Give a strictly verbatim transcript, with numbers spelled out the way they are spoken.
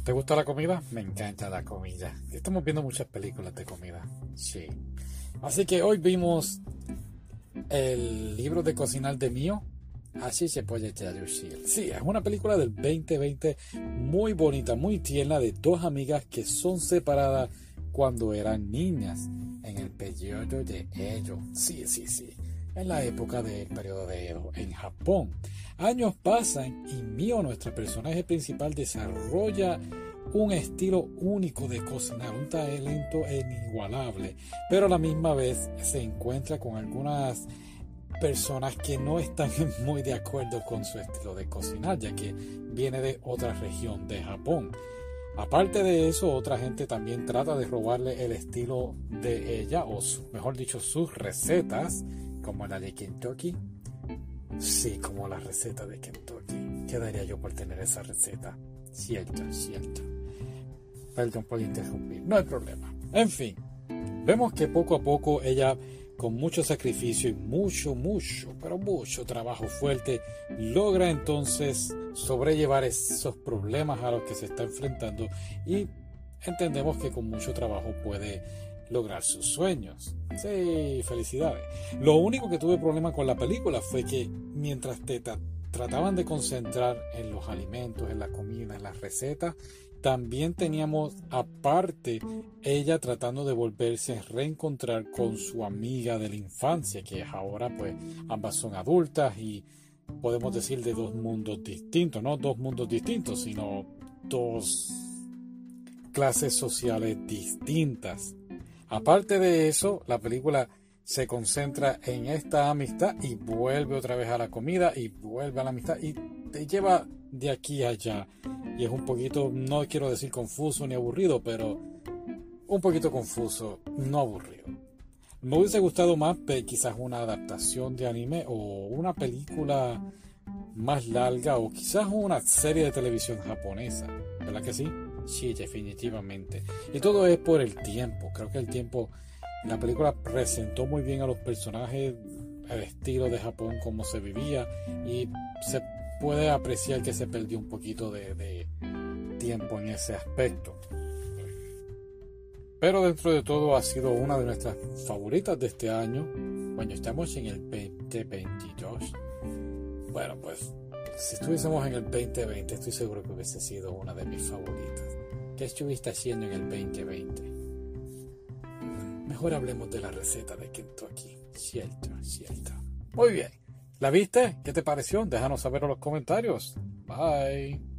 ¿Te gusta la comida? Me encanta la comida. Estamos viendo muchas películas de comida. Sí. Así que hoy vimos el libro de cocinar de Mio. Así se puede traducir. Sí, es una película del veinte veinte muy bonita, muy tierna, de dos amigas que son separadas cuando eran niñas, en el periodo de Edo. Sí, sí, sí. En la época del periodo de Edo, en Japón. Años pasan y Mio, nuestra personaje principal, desarrolla un estilo único de cocinar, un talento inigualable, pero a la misma vez se encuentra con algunas personas que no están muy de acuerdo con su estilo de cocinar, ya que viene de otra región de Japón. Aparte de eso, otra gente también trata de robarle el estilo de ella, o su, mejor dicho, sus recetas, como la de Kentucky. Sí, como la receta de Kentucky. ¿Qué daría yo por tener esa receta? Cierto, cierto. Perdón por interrumpir, no hay problema. En fin, vemos que poco a poco ella, con mucho sacrificio y mucho, mucho, pero mucho trabajo fuerte, logra entonces sobrellevar esos problemas a los que se está enfrentando y entendemos que con mucho trabajo puede lograr sus sueños. Sí, felicidades. Lo único que tuve problema con la película fue que mientras te tra- trataban de concentrar en los alimentos, en la comida, en las recetas, también teníamos aparte ella tratando de volverse a reencontrar con su amiga de la infancia, que ahora pues ambas son adultas y podemos decir de dos mundos distintos, no dos mundos distintos, sino dos clases sociales distintas. Aparte de eso, la película se concentra en esta amistad y vuelve otra vez a la comida y vuelve a la amistad y te lleva de aquí a allá. Y es un poquito, no quiero decir confuso ni aburrido, pero un poquito confuso, no aburrido. Me hubiese gustado más quizás una adaptación de anime o una película más larga o quizás una serie de televisión japonesa, ¿verdad que sí? Sí, definitivamente. Y todo es por el tiempo. Creo que el tiempo, la película presentó muy bien a los personajes, el estilo de Japón, cómo se vivía, y se puede apreciar que se perdió un poquito de, de tiempo en ese aspecto. Pero dentro de todo ha sido una de nuestras favoritas de este año. Bueno, estamos en el veinte veintidós. Bueno, pues si estuviésemos en el veinte veinte, estoy seguro que hubiese sido una de mis favoritas. ¿Qué estuviste haciendo en el veinte veinte? Mejor hablemos de la receta de Kentucky. Cierto, cierto. Muy bien. ¿La viste? ¿Qué te pareció? Déjanos saber en los comentarios. Bye.